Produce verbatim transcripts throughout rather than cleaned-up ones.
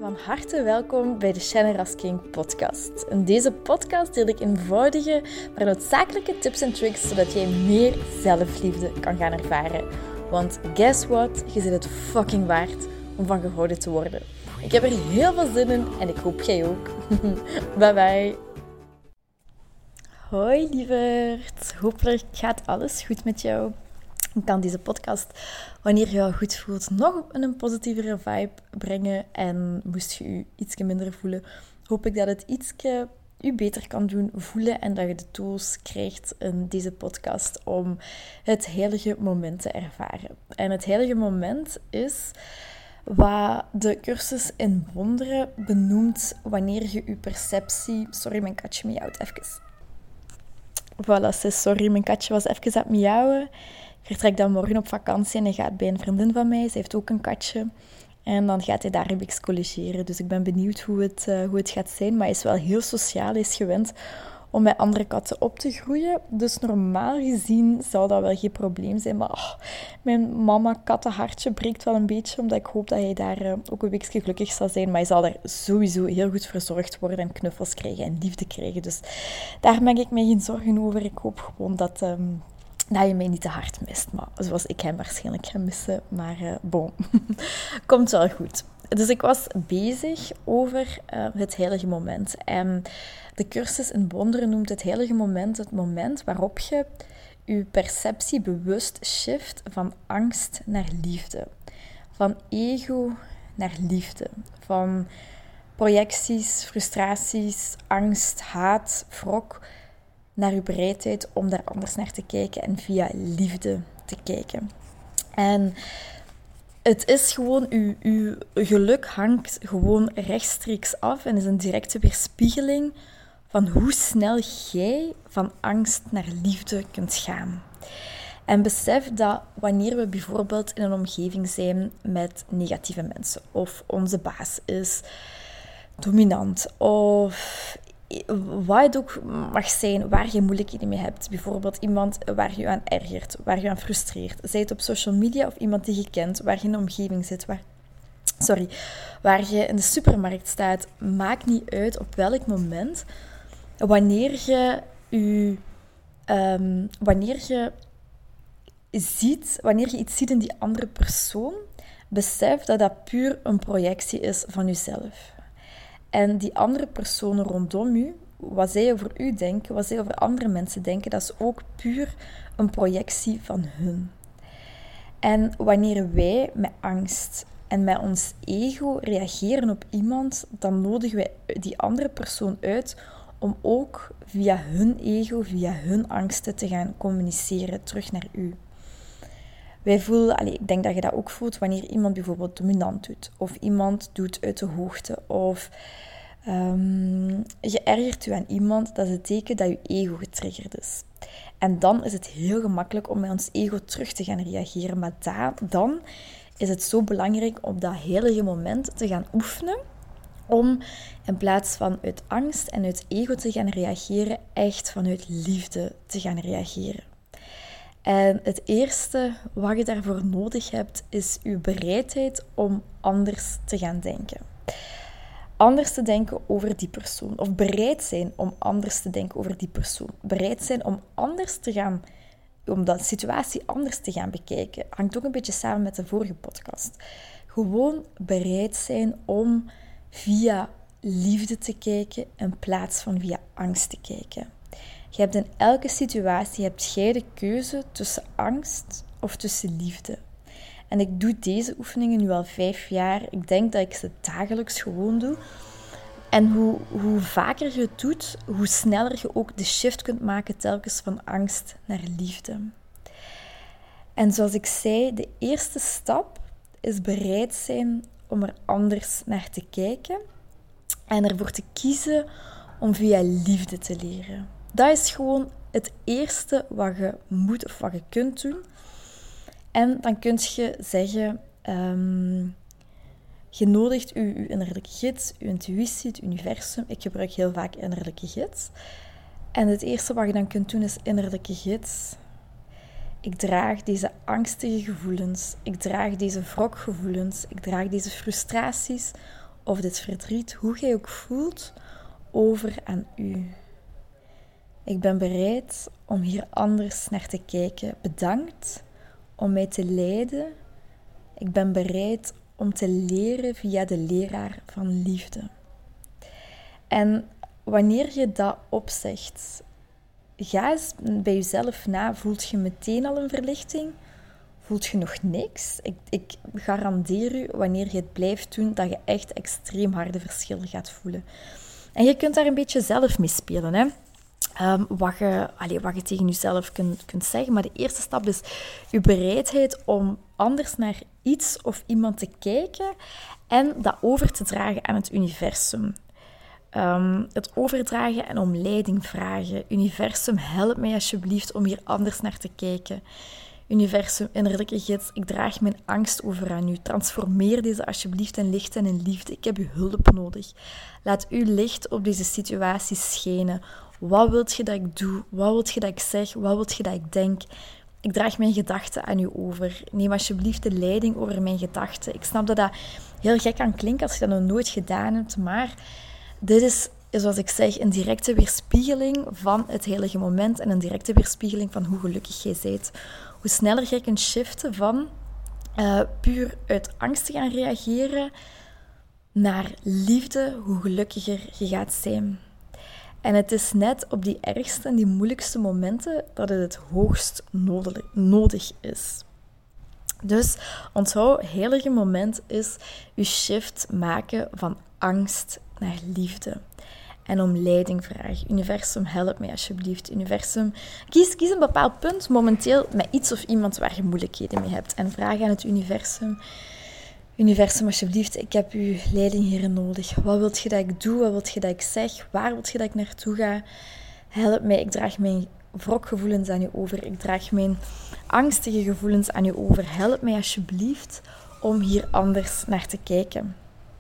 Van harte welkom bij de Shine as King podcast. In deze podcast deel ik eenvoudige, maar noodzakelijke tips en tricks zodat jij meer zelfliefde kan gaan ervaren. Want guess what? Je zit het fucking waard om van gehouden te worden. Ik heb er heel veel zin in en ik hoop jij ook. Bye bye. Hoi lieverd. Hopelijk gaat alles goed met jou. Ik kan deze podcast, wanneer je je goed voelt, nog een positievere vibe brengen. En moest je je iets minder voelen, hoop ik dat het iets je beter kan doen voelen. En dat je de tools krijgt in deze podcast om het heilige moment te ervaren. En het heilige moment is wat de cursus in wonderen benoemt wanneer je je perceptie... Sorry, mijn katje miauwt even. Voilà, sorry, mijn katje was even aan het miauwen. Ik vertrek dan morgen op vakantie en hij gaat bij een vriendin van mij. Ze heeft ook een katje. En dan gaat hij daar een beetje collegeren. Dus ik ben benieuwd hoe het, uh, hoe het gaat zijn. Maar hij is wel heel sociaal. Hij is gewend om met andere katten op te groeien. Dus normaal gezien zou dat wel geen probleem zijn. Maar oh, mijn mama-kattenhartje breekt wel een beetje. Omdat ik hoop dat hij daar uh, ook een weekje gelukkig zal zijn. Maar hij zal er sowieso heel goed verzorgd worden. En knuffels krijgen en liefde krijgen. Dus daar maak ik me geen zorgen over. Ik hoop gewoon dat... Um, dat je mij niet te hard mist, maar zoals ik hem waarschijnlijk ga missen. Maar uh, bon, komt wel goed. Dus ik was bezig over uh, het heilige moment. En de cursus in wonderen noemt het heilige moment het moment waarop je je perceptie bewust shift van angst naar liefde. Van ego naar liefde. Van projecties, frustraties, angst, haat, wrok... naar je bereidheid om daar anders naar te kijken en via liefde te kijken. En het is gewoon, uw, uw geluk hangt gewoon rechtstreeks af en is een directe weerspiegeling van hoe snel jij van angst naar liefde kunt gaan. En besef dat wanneer we bijvoorbeeld in een omgeving zijn met negatieve mensen, of onze baas is dominant, of wat het ook mag zijn, waar je moeilijkheden mee hebt. Bijvoorbeeld iemand waar je aan ergert, waar je aan frustreert. Zij het op social media of iemand die je kent, waar je in een omgeving zit, waar, sorry, waar je in de supermarkt staat. Maakt niet uit op welk moment. Wanneer je je, um, wanneer je ziet, wanneer je iets ziet in die andere persoon, besef dat dat puur een projectie is van jezelf. En die andere personen rondom u, wat zij over u denken, wat zij over andere mensen denken, dat is ook puur een projectie van hun. En wanneer wij met angst en met ons ego reageren op iemand, dan nodigen wij die andere persoon uit om ook via hun ego, via hun angsten te gaan communiceren terug naar u. Wij voelen, allez, ik denk dat je dat ook voelt wanneer iemand bijvoorbeeld dominant doet. Of iemand doet uit de hoogte. Of um, je ergert je aan iemand. Dat is het teken dat je ego getriggerd is. En dan is het heel gemakkelijk om met ons ego terug te gaan reageren. Maar da, dan is het zo belangrijk om dat heilige moment te gaan oefenen. Om in plaats van uit angst en uit ego te gaan reageren, echt vanuit liefde te gaan reageren. En het eerste wat je daarvoor nodig hebt, is je bereidheid om anders te gaan denken. Anders te denken over die persoon. Of bereid zijn om anders te denken over die persoon. Bereid zijn om anders te gaan, om de situatie anders te gaan bekijken. Hangt ook een beetje samen met de vorige podcast. Gewoon bereid zijn om via liefde te kijken in plaats van via angst te kijken. Je hebt in elke situatie hebt jij de keuze tussen angst of tussen liefde. En ik doe deze oefeningen nu al vijf jaar. Ik denk dat ik ze dagelijks gewoon doe. En hoe, hoe vaker je het doet, hoe sneller je ook de shift kunt maken telkens van angst naar liefde. En zoals ik zei, de eerste stap is bereid zijn om er anders naar te kijken. En ervoor te kiezen om via liefde te leren. Dat is gewoon het eerste wat je moet of wat je kunt doen. En dan kun je zeggen, um, je nodigt je, je innerlijke gids, je intuïtie, het universum. Ik gebruik heel vaak innerlijke gids. En het eerste wat je dan kunt doen is innerlijke gids. Ik draag deze angstige gevoelens, ik draag deze wrokgevoelens, ik draag deze frustraties of dit verdriet, hoe jij ook voelt, over aan u. Ik ben bereid om hier anders naar te kijken. Bedankt om mij te leiden. Ik ben bereid om te leren via de leraar van liefde. En wanneer je dat opzegt, ga eens bij jezelf na. Voelt je meteen al een verlichting? Voelt je nog niks? Ik, ik garandeer u, wanneer je het blijft doen, dat je echt extreem harde verschillen gaat voelen. En je kunt daar een beetje zelf mee spelen, hè. Um, wat, je, allez, wat je tegen jezelf kunt, kunt zeggen. Maar de eerste stap is je bereidheid om anders naar iets of iemand te kijken en dat over te dragen aan het universum. Um, het overdragen en om leiding vragen. Universum, help mij alsjeblieft om hier anders naar te kijken. Universum, innerlijke gids, ik draag mijn angst over aan u. Transformeer deze alsjeblieft in licht en in liefde. Ik heb uw hulp nodig. Laat uw licht op deze situatie schijnen. Wat wilt je dat ik doe? Wat wilt je dat ik zeg? Wat wilt je dat ik denk? Ik draag mijn gedachten aan u over. Neem alsjeblieft de leiding over mijn gedachten. Ik snap dat dat heel gek kan klinken als je dat nog nooit gedaan hebt, maar dit is, zoals ik zeg, een directe weerspiegeling van het heilige moment en een directe weerspiegeling van hoe gelukkig jij bent. Hoe sneller jij kunt shiften van uh, puur uit angst te gaan reageren naar liefde, hoe gelukkiger je gaat zijn. En het is net op die ergste en die moeilijkste momenten dat het het hoogst nodig is. Dus onthoud, heilige moment is je shift maken van angst naar liefde. En om leiding vragen. Universum, help mij alsjeblieft. Universum, kies, kies een bepaald punt momenteel met iets of iemand waar je moeilijkheden mee hebt. En vraag aan het universum. Universum, alsjeblieft, ik heb uw leiding hierin nodig. Wat wilt je dat ik doe? Wat wilt je dat ik zeg? Waar wilt je dat ik naartoe ga? Help mij, ik draag mijn wrokgevoelens aan u over. Ik draag mijn angstige gevoelens aan u over. Help mij alsjeblieft om hier anders naar te kijken.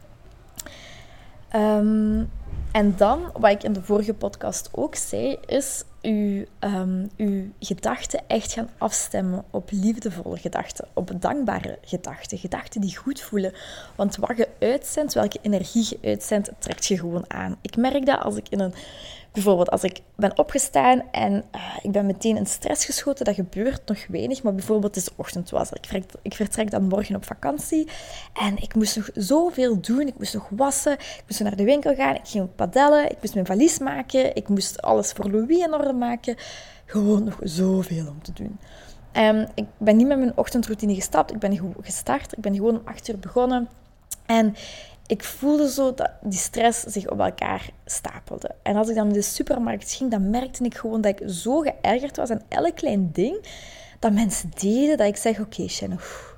Um, en dan, wat ik in de vorige podcast ook zei, is uw, um, uw gedachten echt gaan afstemmen op liefdevolle gedachten, op dankbare gedachten, gedachten die goed voelen. Want wat je uitzendt, welke energie je uitzendt, trekt je gewoon aan. Ik merk dat als ik in een... Bijvoorbeeld als ik ben opgestaan en uh, ik ben meteen in stress geschoten, dat gebeurt nog weinig, maar bijvoorbeeld het is ochtend was. Ik vertrek, ik vertrek dan morgen op vakantie en ik moest nog zoveel doen. Ik moest nog wassen, ik moest naar de winkel gaan, ik ging padellen, ik moest mijn valies maken, ik moest alles voor Louis in orde maken. Gewoon nog zoveel om te doen. Um, ik ben niet met mijn ochtendroutine gestapt, ik ben gestart, ik ben gewoon om acht uur begonnen en... Ik voelde zo dat die stress zich op elkaar stapelde. En als ik dan in de supermarkt ging, dan merkte ik gewoon dat ik zo geërgerd was aan elk klein ding dat mensen deden, dat ik zeg, oké, okay, Shannon,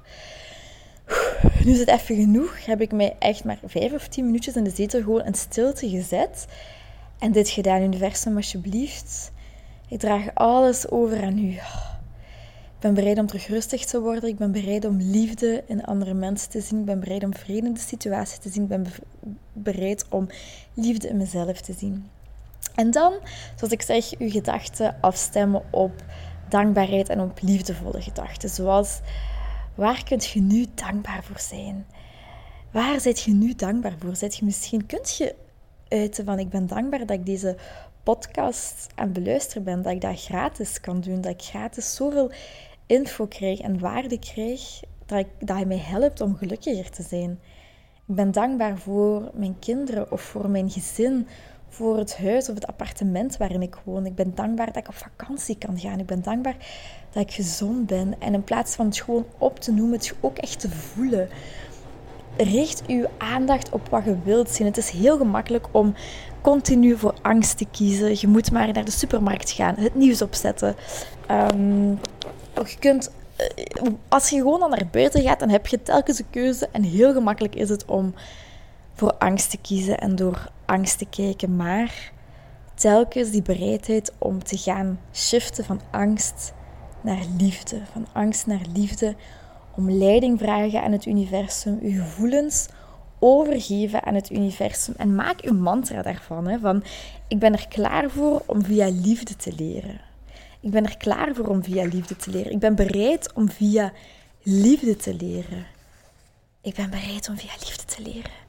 nu is het even genoeg. Heb ik mij echt maar vijf of tien minuutjes in de zetel gewoon in stilte gezet. En dit gedaan, universum, alsjeblieft. Ik draag alles over aan u. Ik ben bereid om terug rustig te worden. Ik ben bereid om liefde in andere mensen te zien. Ik ben bereid om vrede in de situatie te zien. Ik ben be- bereid om liefde in mezelf te zien. En dan, zoals ik zeg, uw gedachten afstemmen op dankbaarheid en op liefdevolle gedachten. Zoals, waar kunt je nu dankbaar voor zijn? Waar zit je nu dankbaar voor? Zit je misschien, kunt je uiten van, ik ben dankbaar dat ik deze podcast aan het beluisteren ben, dat ik dat gratis kan doen, dat ik gratis zoveel info krijg en waarde krijg, dat, ik, dat hij mij helpt om gelukkiger te zijn. Ik ben dankbaar voor mijn kinderen of voor mijn gezin, voor het huis of het appartement waarin ik woon. Ik ben dankbaar dat ik op vakantie kan gaan. Ik ben dankbaar dat ik gezond ben. En in plaats van het gewoon op te noemen, het ook echt te voelen. Richt uw aandacht op wat je wilt zien. Het is heel gemakkelijk om continu voor angst te kiezen. Je moet maar naar de supermarkt gaan, het nieuws opzetten. Um, je kunt, als je gewoon al naar buiten gaat, dan heb je telkens een keuze. En heel gemakkelijk is het om voor angst te kiezen en door angst te kijken. Maar telkens die bereidheid om te gaan shiften van angst naar liefde. Van angst naar liefde. Om leiding vragen aan het universum. Je gevoelens overgeven aan het universum. En maak uw mantra daarvan. Hè, van, ik ben er klaar voor om via liefde te leren. Ik ben er klaar voor om via liefde te leren. Ik ben bereid om via liefde te leren. Ik ben bereid om via liefde te leren.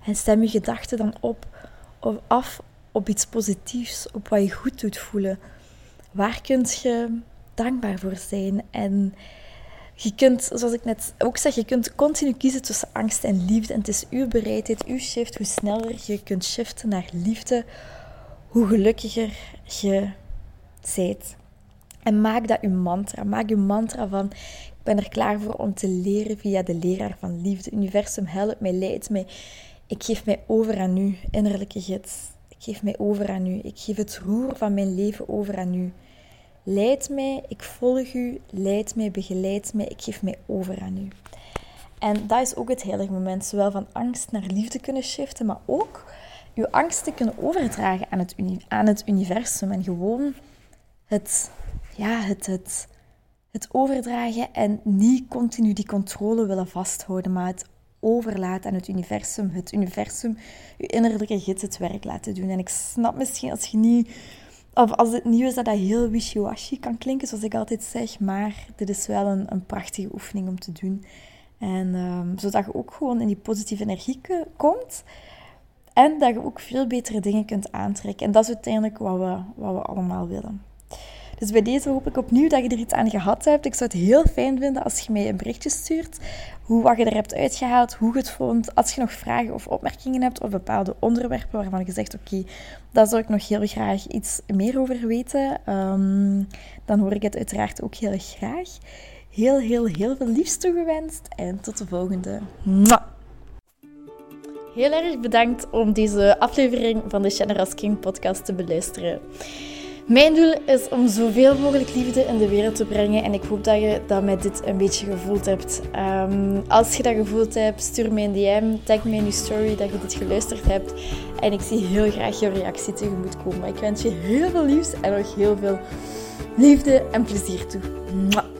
En stem je gedachten dan op, of af op iets positiefs, op wat je goed doet voelen. Waar kun je dankbaar voor zijn? En je kunt, zoals ik net ook zeg, je kunt continu kiezen tussen angst en liefde. En het is uw bereidheid, uw shift, hoe sneller je kunt shiften naar liefde, hoe gelukkiger je bent. En maak dat uw mantra. Maak uw mantra van, ik ben er klaar voor om te leren via de leraar van liefde. Universum, help mij, leid mij. Ik geef mij over aan u, innerlijke gids. Ik geef mij over aan u. Ik geef het roer van mijn leven over aan u. Leid mij, ik volg u. Leid mij, begeleid mij. Ik geef mij over aan u. En dat is ook het heilige moment. Zowel van angst naar liefde kunnen shiften, maar ook uw angsten kunnen overdragen aan het, uni- aan het universum. En gewoon het, ja, het, het, het overdragen en niet continu die controle willen vasthouden, maar het overlaat aan het universum. Het universum, uw innerlijke gids, het werk laten doen. En ik snap misschien als je niet, of als het nieuw is, dat dat heel wishy-washy kan klinken, zoals ik altijd zeg, maar dit is wel een, een prachtige oefening om te doen. En um, zodat je ook gewoon in die positieve energie ke- komt en dat je ook veel betere dingen kunt aantrekken. En dat is uiteindelijk wat we, wat we allemaal willen. Dus bij deze hoop ik opnieuw dat je er iets aan gehad hebt. Ik zou het heel fijn vinden als je mij een berichtje stuurt. Hoe, wat je er hebt uitgehaald, hoe je het vond. Als je nog vragen of opmerkingen hebt of bepaalde onderwerpen waarvan je zegt, oké, okay, daar zou ik nog heel graag iets meer over weten. Um, dan hoor ik het uiteraard ook heel graag. Heel, heel, heel veel liefs toegewenst. En tot de volgende. Mwah! Heel erg bedankt om deze aflevering van de Generous King podcast te beluisteren. Mijn doel is om zoveel mogelijk liefde in de wereld te brengen en ik hoop dat je dat met dit een beetje gevoeld hebt. Um, als je dat gevoeld hebt, stuur mij een D M, tag me in je story dat je dit geluisterd hebt en ik zie heel graag je reactie tegemoet komen. Ik wens je heel veel liefs en nog heel veel liefde en plezier toe. Mwah.